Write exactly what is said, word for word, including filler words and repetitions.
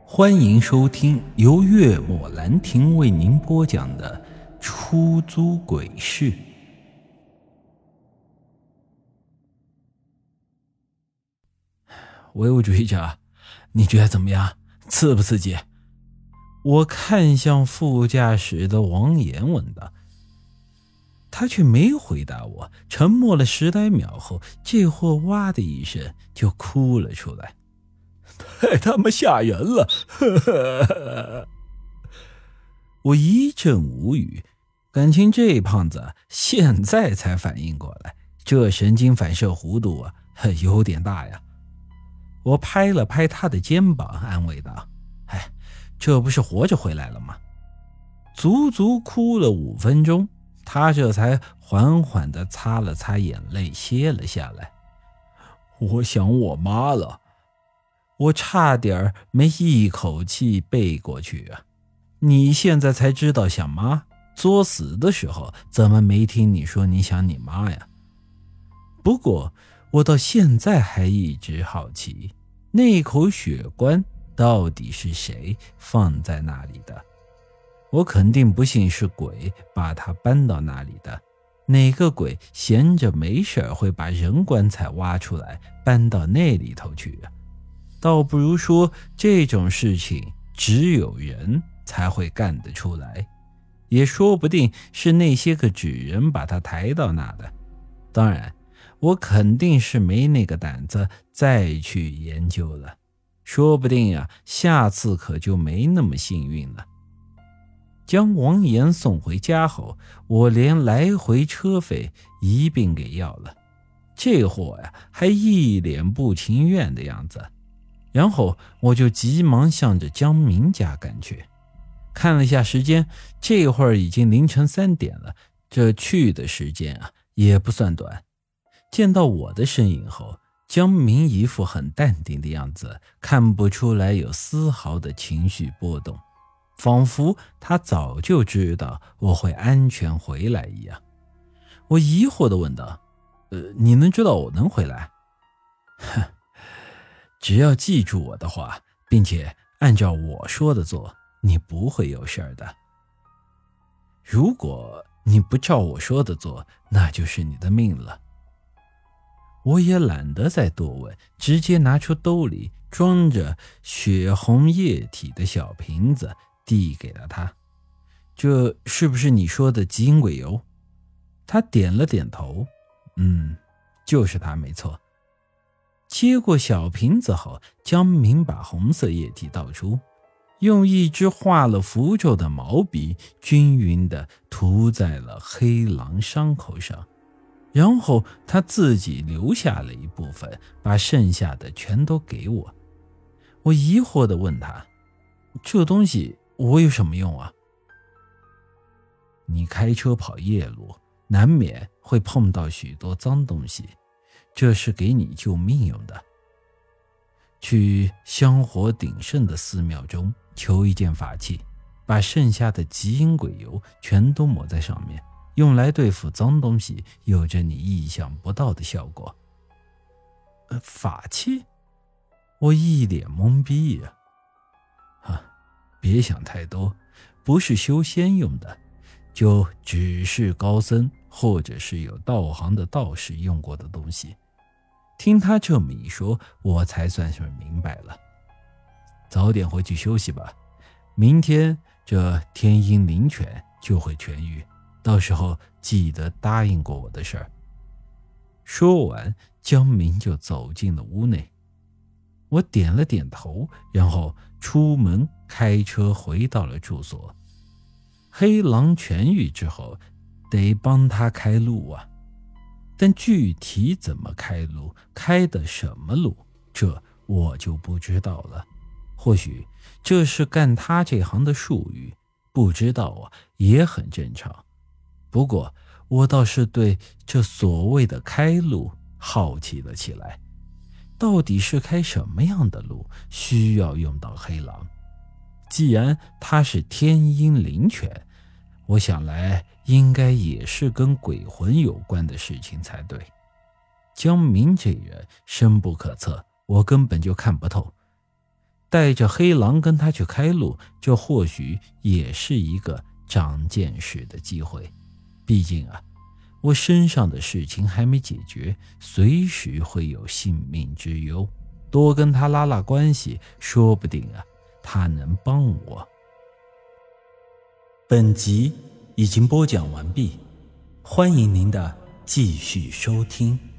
欢迎收听由月末兰亭为您播讲的出租鬼事。唯物主义者，你觉得怎么样？刺不刺激？我看向副驾驶的王岩问道。他却没回答我，沉默了十来秒后，这货哇的一声就哭了出来。太他妈吓人了！呵呵，我一阵无语，感情这胖子现在才反应过来，这神经反射弧度啊，有点大呀。我拍了拍他的肩膀，安慰道：“哎，这不是活着回来了吗？”足足哭了五分钟，他这才缓缓地擦了擦眼泪，歇了下来。我想我妈了。我差点没一口气背过去啊！你现在才知道想妈？作死的时候怎么没听你说你想你妈呀？不过我到现在还一直好奇，那口血棺到底是谁放在那里的？我肯定不信是鬼把它搬到那里的。哪个鬼闲着没事会把人棺材挖出来搬到那里头去啊？倒不如说这种事情只有人才会干得出来，也说不定是那些个纸人把他抬到那的。当然我肯定是没那个胆子再去研究了，说不定啊，下次可就没那么幸运了。将王岩送回家后，我连来回车费一并给要了，这货呀还一脸不情愿的样子。然后我就急忙向着江明家赶去，看了下时间，这会儿已经凌晨三点了，这去的时间啊也不算短。见到我的身影后，江明一副很淡定的样子，看不出来有丝毫的情绪波动，仿佛他早就知道我会安全回来一样。我疑惑地问道：呃，你能知道我能回来？哼，只要记住我的话，并且按照我说的做，你不会有事的。如果你不照我说的做，那就是你的命了。我也懒得再多问，直接拿出兜里装着血红液体的小瓶子递给了他。这是不是你说的极阴鬼油？他点了点头，嗯，就是它没错。接过小瓶子后，江明把红色液体倒出，用一支画了符咒的毛笔均匀地涂在了黑狼伤口上，然后他自己留下了一部分，把剩下的全都给我。我疑惑地问他：这东西我有什么用啊？你开车跑夜路，难免会碰到许多脏东西，这是给你救命用的。去香火鼎盛的寺庙中求一件法器，把剩下的极阴鬼油全都抹在上面，用来对付脏东西，有着你意想不到的效果。呃、法器？我一脸懵逼呀、啊！啊，别想太多，不是修仙用的，就只是高僧或者是有道行的道士用过的东西。听他这么一说，我才算是明白了。早点回去休息吧，明天这天阴灵犬就会痊愈，到时候记得答应过我的事儿。说完，江明就走进了屋内。我点了点头，然后出门开车回到了住所。黑狼痊愈之后，得帮他开路啊。但具体怎么开路，开的什么路，这我就不知道了。或许这是干他这行的术语，不知道啊也很正常。不过我倒是对这所谓的开路好奇了起来，到底是开什么样的路需要用到黑狼？既然他是天阴灵犬，我想来应该也是跟鬼魂有关的事情才对。江明这人深不可测，我根本就看不透。 带着黑狼跟他去开路，这或许也是一个长见识的机会。毕竟啊，我身上的事情还没解决，随时会有性命之忧。多跟他拉拉关系，说不定啊，他能帮我。本集已经播讲完毕，欢迎您的继续收听。